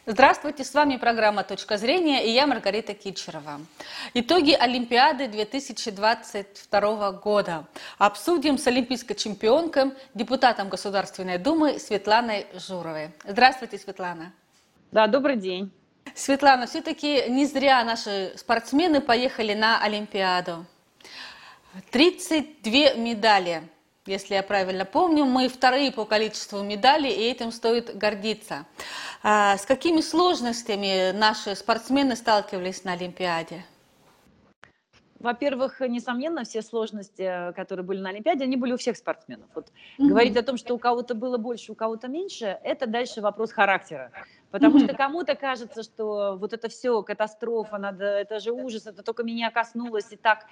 Здравствуйте, с вами программа «Точка зрения» и я Маргарита Кичерова. Итоги Олимпиады 2022 года обсудим с олимпийской чемпионкой, депутатом Государственной Думы Светланой Журовой. Здравствуйте, Светлана. Да, добрый день. Светлана, все-таки не зря наши спортсмены поехали на Олимпиаду. 32 медали. Если я правильно помню, мы вторые по количеству медалей, и этим стоит гордиться. С какими сложностями наши спортсмены сталкивались на Олимпиаде? Во-первых, несомненно, все сложности, которые были на Олимпиаде, они были у всех спортсменов. Вот говорить о том, что у кого-то было больше, у кого-то меньше, это дальше вопрос характера. Потому что кому-то кажется, что вот это все катастрофа, это же ужас, это только меня коснулось,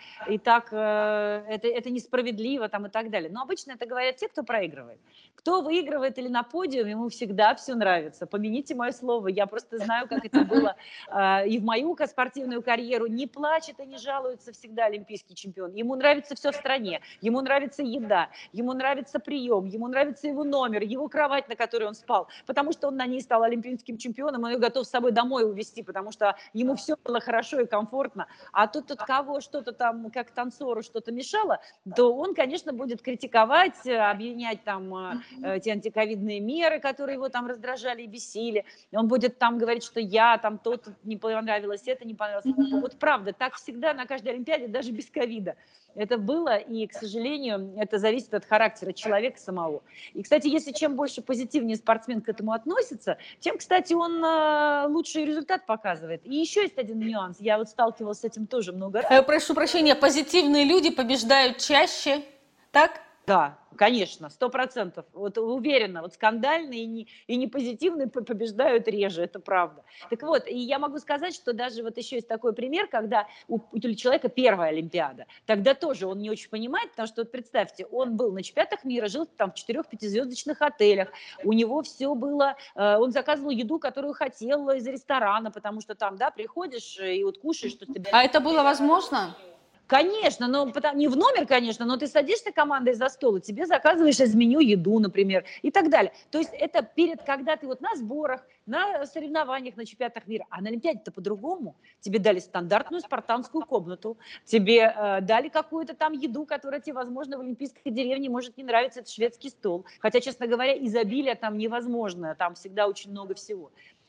это несправедливо там, и так далее. Но обычно это говорят те, кто проигрывает. Кто выигрывает или на подиуме, ему всегда все нравится. Помяните мое слово, я просто знаю, как это было и в мою спортивную карьеру. Не плачет и не жалуется всегда олимпийский чемпион. Ему нравится все в стране, ему нравится еда, ему нравится прием, ему нравится его номер, его кровать, на которой он спал, потому что он на ней стал олимпийским чемпионом, и он готов с собой домой увезти, потому что ему все было хорошо и комфортно. А тут от кого что-то там, как танцору, что-то мешало, то он, конечно, будет критиковать, обвинять там эти антиковидные меры, которые его там раздражали и бесили. Он будет там говорить, что я там то-то не понравилось, это не понравилось. Вот правда, так всегда на каждой Олимпиаде, даже без ковида. Это было, и, к сожалению, это зависит от характера человека самого. И, кстати, если чем больше позитивнее спортсмен к этому относится, тем, кстати, он лучший результат показывает. И еще есть один нюанс. Я вот сталкивалась с этим тоже много раз. Прошу прощения, позитивные люди побеждают чаще, так? Да, конечно, 100%. Вот уверена, вот скандальные и не позитивные побеждают реже, это правда. Так вот, и я могу сказать, что даже вот еще есть такой пример, когда у человека первая Олимпиада. Тогда тоже он не очень понимает, потому что вот представьте, он был на чемпионатах мира, жил там в 4-5-звездочных отелях, у него все было, он заказывал еду, которую хотел из ресторана, потому что там, да, приходишь и вот кушаешь, что тебе... А это было возможно? Конечно, но не в номер, конечно, но ты садишься командой за стол, и тебе заказываешь из меню еду, например, и так далее. То есть это когда ты вот на сборах, на соревнованиях, на чемпионатах мира, а на Олимпиаде-то по-другому. Тебе дали стандартную спартанскую комнату, тебе дали какую-то там еду, которая тебе, возможно, в олимпийской деревне может не нравиться, это шведский стол. Хотя, честно говоря, изобилие там невозможно, там всегда очень много всего.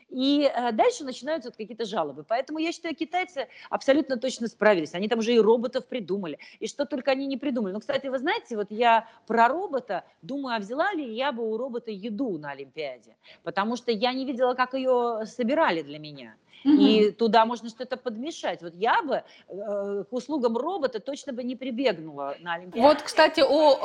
И дальше начинаются вот какие-то жалобы. Поэтому я считаю, китайцы абсолютно точно справились. Они там уже и роботов придумали, и что только они не придумали. Ну, кстати, вы знаете, вот я про робота думаю, а взяла ли я бы у робота еду на Олимпиаде? Потому что я не видела, как ее собирали для меня. И туда можно что-то подмешать. Вот я бы к услугам робота точно бы не прибегнула на Олимпиаде. Вот, кстати,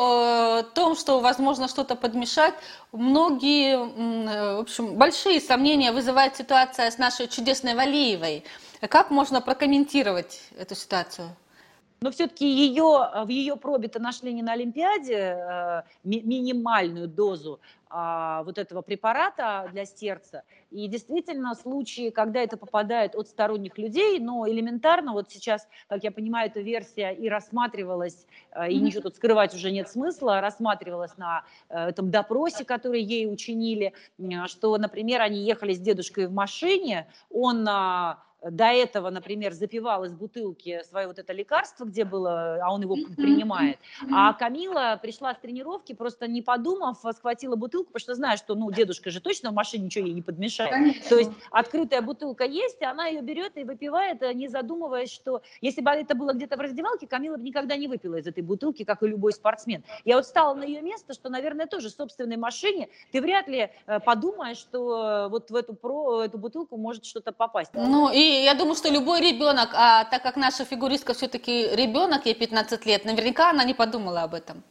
о том, что возможно что-то подмешать, многие, в общем, большие сомнения вызывает ситуация с нашей чудесной Валиевой. Как можно прокомментировать эту ситуацию? Но все-таки в ее пробе-то нашли не на Олимпиаде минимальную дозу вот этого препарата для сердца. И действительно, случаи, когда это попадает от сторонних людей, но элементарно, вот сейчас, как я понимаю, эта версия и рассматривалась, и ничего тут скрывать уже нет смысла, рассматривалась на этом допросе, который ей учинили, что, например, они ехали с дедушкой в машине, он до этого, например, запивал из бутылки свое вот это лекарство, где было, а он его принимает. А Камила пришла с тренировки, просто не подумав, схватила бутылку, потому что знает, что, ну, дедушка же точно в машине ничего ей не подмешает. Конечно. То есть открытая бутылка есть, она ее берет и выпивает, не задумываясь, что если бы это было где-то в раздевалке, Камила бы никогда не выпила из этой бутылки, как и любой спортсмен. Я вот стала на ее место, что, наверное, тоже в собственной машине ты вряд ли подумаешь, что вот в эту бутылку может что-то попасть. Ну, и я думаю, что любой ребенок, а так как наша фигуристка все-таки ребенок, ей 15 лет, наверняка она не подумала об этом.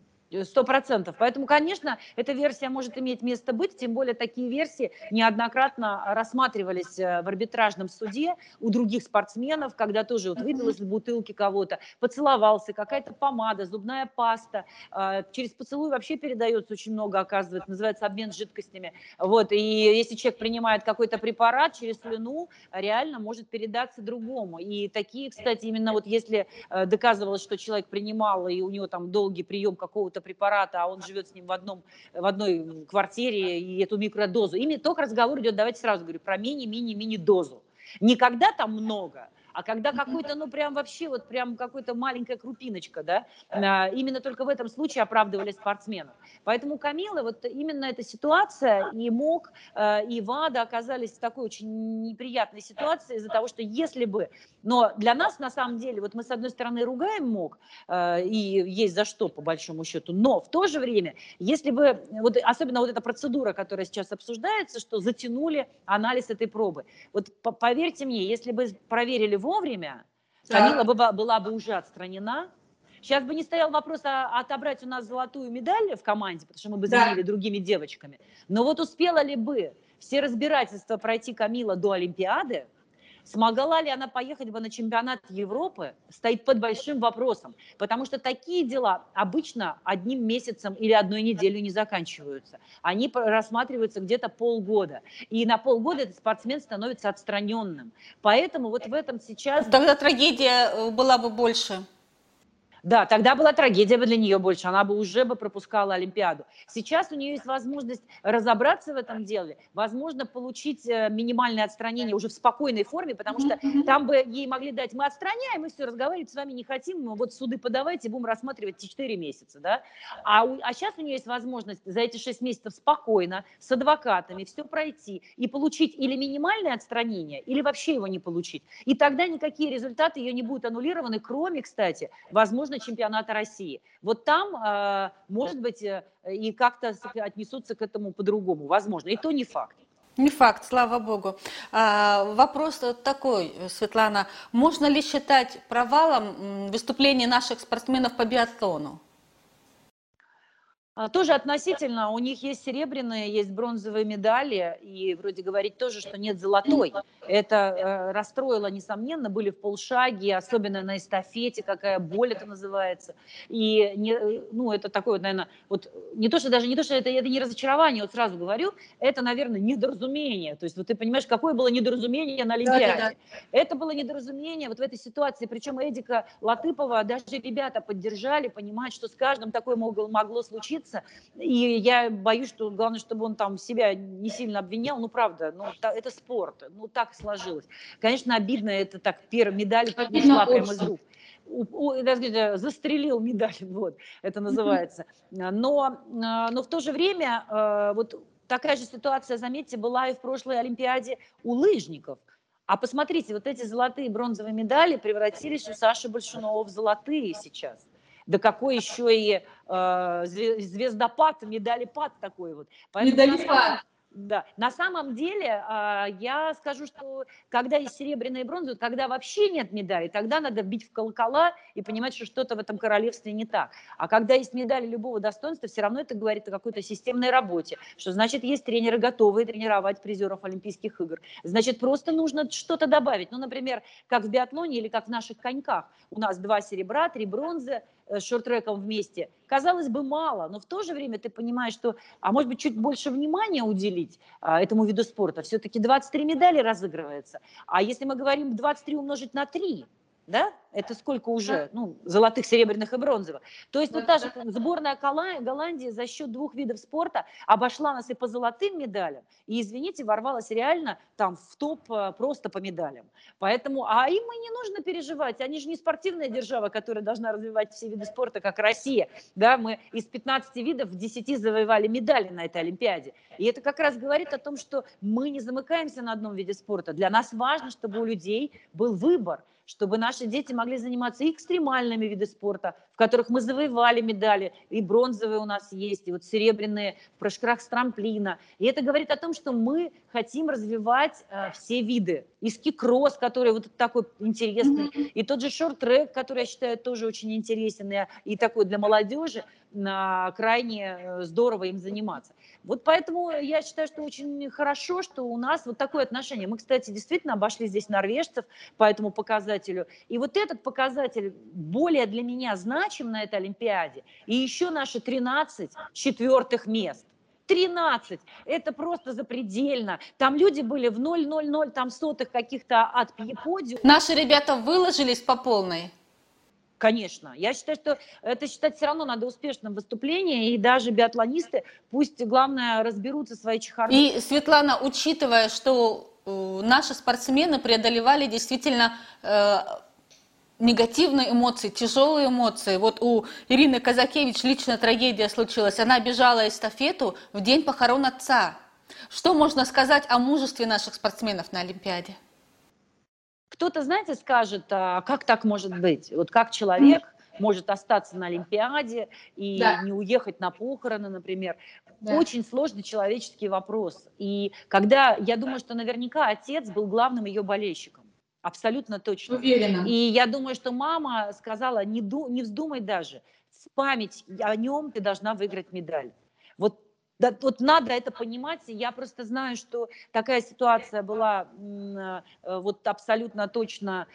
100%. Поэтому, конечно, эта версия может иметь место быть, тем более такие версии неоднократно рассматривались в арбитражном суде у других спортсменов, когда тоже вот выпил из бутылки кого-то, поцеловался, какая-то помада, зубная паста. Через поцелуй вообще передается очень много, оказывается, называется обмен жидкостями. Вот, и если человек принимает какой-то препарат через слюну, реально может передаться другому. И такие, кстати, именно вот если доказывалось, что человек принимал, и у него там долгий прием какого-то микропрепарата, а он живет с ним в одной квартире, и эту микродозу. Именно только разговор идет, давайте сразу говорю, про мини-мини-мини-дозу. Не когда там много, а когда какой-то, ну, прям вообще, вот прям какой-то маленькая крупиночка, да, именно только в этом случае оправдывали спортсменов. Поэтому Камила, вот именно эта ситуация, и МОК, и ВАДА оказались в такой очень неприятной ситуации из-за того, что если бы, но для нас, на самом деле, вот мы, с одной стороны, ругаем МОК, и есть за что, по большому счету, но в то же время, если бы, вот особенно вот эта процедура, которая сейчас обсуждается, что затянули анализ этой пробы, вот поверьте мне, если бы проверили вовремя, Камила была бы уже отстранена. Сейчас бы не стоял вопрос отобрать у нас золотую медаль в команде, потому что мы бы заменили другими девочками. Но вот успела ли бы все разбирательства пройти Камила до Олимпиады, смогла ли она поехать бы на чемпионат Европы, стоит под большим вопросом. Потому что такие дела обычно одним месяцем или одной неделей не заканчиваются. Они рассматриваются где-то полгода. И на полгода этот спортсмен становится отстраненным. Поэтому вот в этом сейчас... Тогда трагедия была бы больше. Да, тогда была трагедия бы для нее больше, она бы уже бы пропускала Олимпиаду. Сейчас у нее есть возможность разобраться в этом деле, возможно, получить минимальное отстранение уже в спокойной форме, потому что там бы ей могли дать, мы отстраняем, и все, разговаривать с вами не хотим, мы вот суды подавайте, будем рассматривать 4 месяца, да. А сейчас у нее есть возможность за эти 6 месяцев спокойно, с адвокатами, все пройти и получить или минимальное отстранение, или вообще его не получить. И тогда никакие результаты ее не будут аннулированы, кроме, кстати, возможно, чемпионата России. Вот там, может быть, и как-то отнесутся к этому по-другому. Возможно. И то не факт. Не факт, слава богу. Вопрос такой, Светлана. Можно ли считать провалом выступление наших спортсменов по биатлону? Тоже относительно, у них есть серебряные, есть бронзовые медали, и вроде говорить тоже, что нет золотой. Это расстроило, несомненно, были в полшаге, особенно на эстафете, какая боль это называется. И, ну, это такое, вот, наверное, вот не то, что это не разочарование, вот сразу говорю, это, наверное, недоразумение. То есть вот ты понимаешь, какое было недоразумение на Олимпиаде. Да. Это было недоразумение вот в этой ситуации, причем Эдика Латыпова, даже ребята поддержали, понимают, что с каждым такое могло случиться. И я боюсь, что главное, чтобы он там себя не сильно обвинял. Ну, правда, ну, это спорт. Ну, так сложилось. Конечно, обидно, это так, первая медаль ушла прямо из рук. Застрелил медаль, вот, это называется. Но в то же время, вот такая же ситуация, заметьте, была и в прошлой Олимпиаде у лыжников. А посмотрите, вот эти золотые и бронзовые медали превратились у Саши Большунова в золотые сейчас. Да какой еще и звездопад, медалепад такой вот. Медалепад. Да, на самом деле я скажу, что когда есть серебряные и бронзовые, когда вообще нет медали, тогда надо бить в колокола и понимать, что что-то в этом королевстве не так. А когда есть медали любого достоинства, все равно это говорит о какой-то системной работе, что значит есть тренеры, готовые тренировать призеров Олимпийских игр. Значит, просто нужно что-то добавить. Ну, например, как в биатлоне или как в наших коньках. У нас 2 серебра, 3 бронзы, с шорт-треком вместе. Казалось бы, мало, но в то же время ты понимаешь, что, а может быть, чуть больше внимания уделить этому виду спорта. Все-таки 23 медали разыгрывается. А если мы говорим 23 умножить на 3, да, это сколько уже, ну, золотых, серебряных и бронзовых. То есть вот та же сборная Голландии за счет 2 видов спорта обошла нас и по золотым медалям, и, извините, ворвалась реально там в топ просто по медалям. Поэтому, а им и не нужно переживать, они же не спортивная держава, которая должна развивать все виды спорта, как Россия. Да, мы из 15 видов в 10 завоевали медали на этой Олимпиаде. И это как раз говорит о том, что мы не замыкаемся на одном виде спорта. Для нас важно, чтобы у людей был выбор, чтобы наши дети могли заниматься и экстремальными видами спорта, в которых мы завоевали медали, и бронзовые у нас есть, и вот серебряные в прыжках с трамплина. И это говорит о том, что мы хотим развивать все виды. И ски-кросс, который вот такой интересный, и тот же шорт-трек, который, я считаю, тоже очень интересен, и такой для молодежи, крайне здорово им заниматься. Вот поэтому я считаю, что очень хорошо, что у нас вот такое отношение. Мы, кстати, действительно обошли здесь норвежцев по этому показателю. И вот этот показатель более для меня значим на этой Олимпиаде. И еще наши 13 четвертых мест. 13. Это просто запредельно. Там люди были в 0,00 там сотых каких-то от подиума. Наши ребята выложились по полной. Конечно. Я считаю, что это считать все равно надо успешным выступлением, и даже биатлонисты, пусть, главное, разберутся в своей чехарде. И, Светлана, учитывая, что наши спортсмены преодолевали действительно негативные эмоции, тяжелые эмоции. Вот у Ирины Казакевич личная трагедия случилась. Она бежала эстафету в день похорон отца. Что можно сказать о мужестве наших спортсменов на Олимпиаде? Кто-то, знаете, скажет, а как так может быть? Вот как человек может остаться на Олимпиаде и Да, не уехать на похороны, например. да. Очень сложный человеческий вопрос. И когда, я думаю, что наверняка отец был главным ее болельщиком. Абсолютно точно. И Уверена. я думаю, что мама сказала, не вздумай даже, в память о нем ты должна выиграть медаль. Вот, да, вот надо это понимать. Я просто знаю, что такая ситуация была вот абсолютно точно,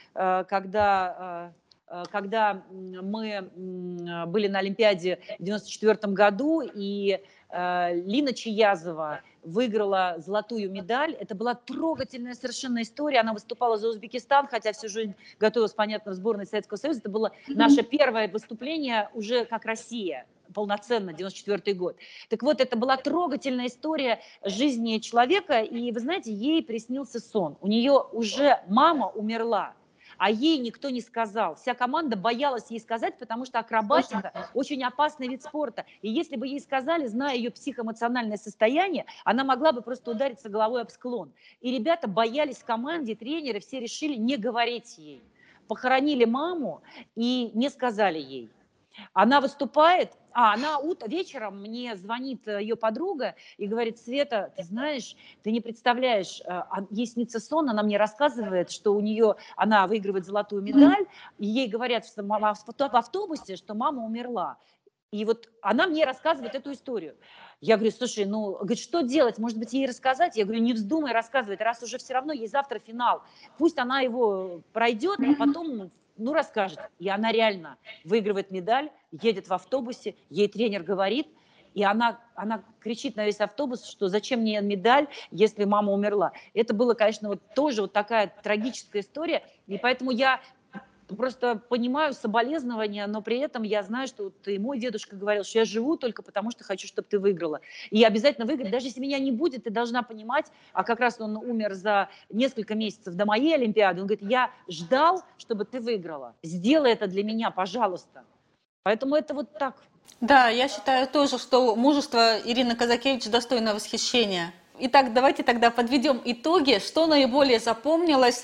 когда мы были на Олимпиаде в 94 году, и Лина Чиязова выиграла золотую медаль. Это была трогательная совершенно история. Она выступала за Узбекистан, хотя всю жизнь готовилась, понятно, в сборной Советского Союза. Это было наше первое выступление уже как Россия, полноценно, 94 год. Так вот, это была трогательная история жизни человека, и, вы знаете, ей приснился сон. У нее уже мама умерла, а ей никто не сказал. Вся команда боялась ей сказать, потому что акробатика очень опасный вид спорта. И если бы ей сказали, зная ее психоэмоциональное состояние, она могла бы просто удариться головой об склон. И ребята боялись в команде, тренеры все решили не говорить ей. Похоронили маму и не сказали ей. Она выступает, вечером мне звонит ее подруга и говорит: Света, ты знаешь, ты не представляешь, ей снится сон, она мне рассказывает, что она выигрывает золотую медаль, и ей говорят в автобусе, что мама умерла. И вот она мне рассказывает эту историю. Я говорю: слушай, говорит, что делать? Может быть, ей рассказать? Я говорю: не вздумай рассказывать, раз уже все равно ей завтра финал. Пусть она его пройдет, а потом, расскажет. И она реально выигрывает медаль, едет в автобусе, ей тренер говорит, и она кричит на весь автобус, что зачем мне медаль, если мама умерла. Это было, конечно, тоже такая трагическая история, и поэтому я просто понимаю соболезнования, но при этом я знаю, что и мой дедушка говорил, что я живу только потому, что хочу, чтобы ты выиграла. И я обязательно выиграю. Даже если меня не будет, ты должна понимать, а как раз он умер за несколько месяцев до моей Олимпиады, он говорит: я ждал, чтобы ты выиграла. Сделай это для меня, пожалуйста. Поэтому это вот так. Да, я считаю тоже, что мужество Ирины Казакевич достойно восхищения. Итак, давайте тогда подведем итоги. Что наиболее запомнилось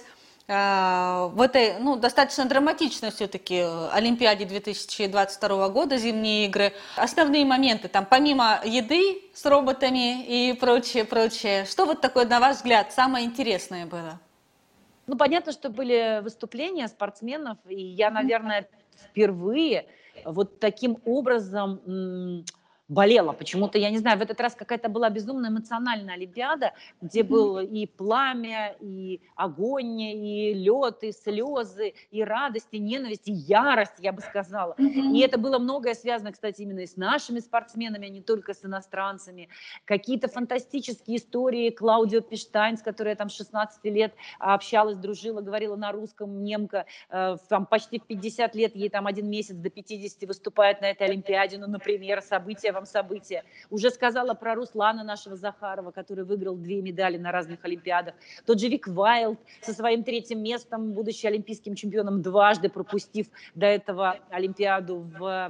в этой, достаточно драматичной все-таки Олимпиаде 2022 года, зимние игры? Основные моменты, там, помимо еды с роботами и прочее, что вот такое, на ваш взгляд, самое интересное было? Понятно, что были выступления спортсменов, и я, наверное, впервые вот таким образом болела. Почему-то, я не знаю, в этот раз какая-то была безумно эмоциональная Олимпиада, где было и пламя, и огонь, и лед, и слезы, и радость, и ненависть, и ярость, я бы сказала. И это было многое связано, кстати, именно и с нашими спортсменами, а не только с иностранцами. Какие-то фантастические истории. Клаудио Пештайн, с которой я там 16 лет общалась, дружила, говорила на русском, немка, там почти в 50 лет, ей там 1 месяц до 50 выступает на этой Олимпиаде, например, события. Уже сказала про Руслана нашего Захарова, который выиграл 2 медали на разных Олимпиадах. Тот же Вик Вайлд со своим 3-м местом, будучи олимпийским чемпионом, дважды пропустив до этого Олимпиаду,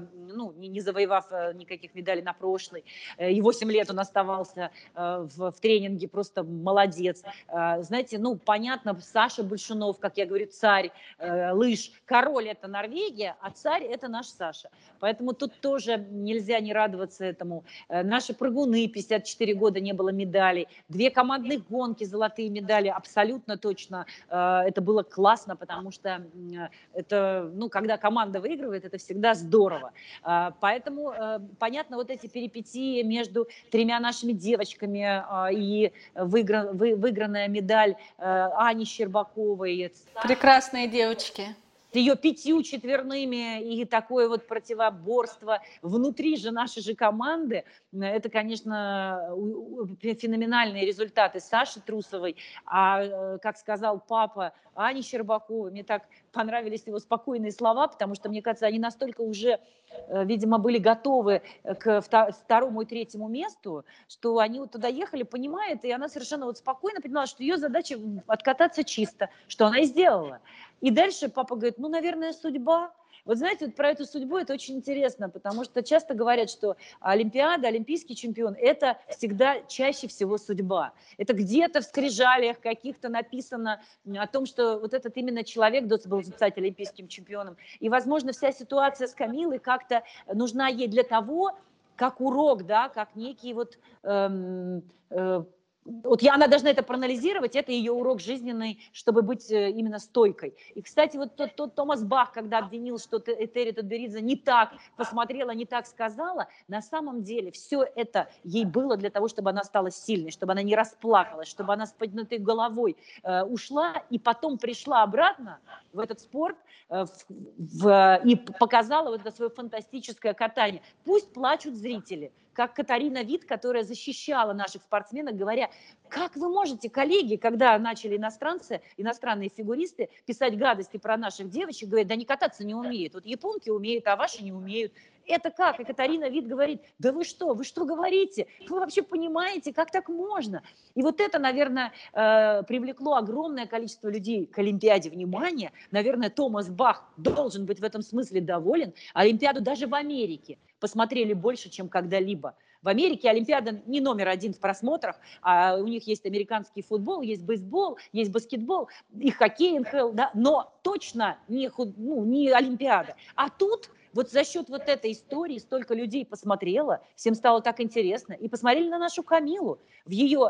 не завоевав никаких медалей на прошлой. И 8 лет он оставался в тренинге, просто молодец. Знаете, понятно, Саша Большунов, как я говорю, царь лыж. Король – это Норвегия, а царь – это наш Саша. Поэтому тут тоже нельзя не радоваться этому. Наши прыгуны, 54 года не было медалей. 2 командных гонки, золотые медали, абсолютно точно. Это было классно, потому что это, когда команда выигрывает, это всегда здорово. Поэтому, понятно, вот эти перипетии между 3 нашими девочками и выигранная медаль Ани Щербаковой. Прекрасные девочки. С ее 5 четверными и такое вот противоборство внутри же нашей же команды. Это, конечно, феноменальные результаты Саши Трусовой. А, как сказал папа Ани Щербаковой, мне так понравились его спокойные слова, потому что, мне кажется, они настолько уже, видимо, были готовы к второму и третьему месту, что они вот туда ехали, понимает, и она совершенно вот спокойно понимала, что ее задача откататься чисто, что она и сделала. И дальше папа говорит, ну, наверное, судьба. Вот знаете, вот про эту судьбу это очень интересно, потому что часто говорят, что Олимпиада, олимпийский чемпион – это всегда чаще всего судьба. Это где-то в скрижалях каких-то написано о том, что вот этот именно человек должен был стать олимпийским чемпионом. И, возможно, вся ситуация с Камилой как-то нужна ей для того, как урок, да, как некий вот вот она должна это проанализировать, это ее урок жизненный, чтобы быть именно стойкой. И, кстати, вот тот Томас Бах, когда обвинил, что Терри Тодберидзе не так посмотрела, не так сказала, на самом деле все это ей было для того, чтобы она стала сильной, чтобы она не расплакалась, чтобы она с поднятой головой ушла и потом пришла обратно в этот спорт и показала вот это свое фантастическое катание. Пусть плачут зрители, как Катарина Вит, которая защищала наших спортсменов, говоря, как вы можете, коллеги, когда начали иностранные фигуристы писать гадости про наших девочек, говорят, да они кататься не умеют. Вот японки умеют, а ваши не умеют. Это как? И Катарина Вит говорит, да вы что говорите? Вы вообще понимаете, как так можно? И вот это, наверное, привлекло огромное количество людей к Олимпиаде внимания. Наверное, Томас Бах должен быть в этом смысле доволен. Олимпиаду даже в Америке посмотрели больше, чем когда-либо. В Америке Олимпиада не номер один в просмотрах, а у них есть американский футбол, есть бейсбол, есть баскетбол, и хоккей, НХЛ, да, но точно не Олимпиада. А тут вот за счет вот этой истории столько людей посмотрело, всем стало так интересно, и посмотрели на нашу Камилу в ее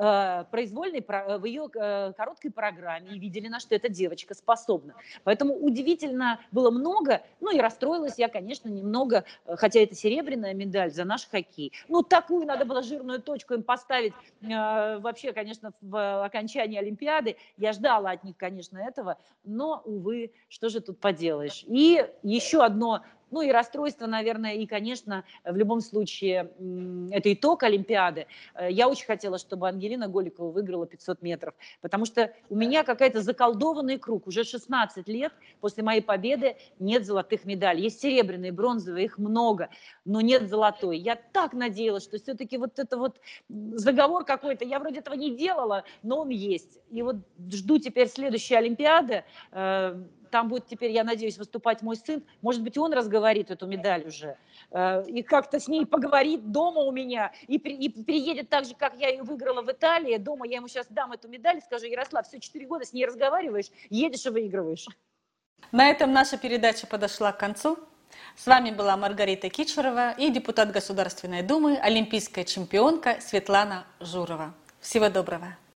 в ее короткой программе и видели, на что эта девочка способна. Поэтому удивительно было много, ну и расстроилась я, конечно, немного, хотя это серебряная медаль за наш хоккей. Ну, такую надо было жирную точку им поставить вообще, конечно, в окончании Олимпиады. Я ждала от них, конечно, этого, но, увы, что же тут поделаешь. И еще одно, ну и расстройство, наверное, и, конечно, в любом случае, это итог Олимпиады. Я очень хотела, чтобы Ангелина Голикова выиграла 500 метров, потому что у меня какой-то заколдованный круг. Уже 16 лет после моей победы нет золотых медалей. Есть серебряные, бронзовые, их много, но нет золотой. Я так надеялась, что все-таки вот это вот заговор какой-то, я вроде этого не делала, но он есть. И вот жду теперь следующей Олимпиады. Там будет теперь, я надеюсь, выступать мой сын. Может быть, он разговорит эту медаль уже. И как-то с ней поговорит дома у меня. И приедет так же, как я ее выиграла в Италии. Дома я ему сейчас дам эту медаль и скажу, Ярослав, все 4 года с ней разговариваешь, едешь и выигрываешь. На этом наша передача подошла к концу. С вами была Маргарита Кичерова и депутат Государственной Думы, олимпийская чемпионка Светлана Журова. Всего доброго.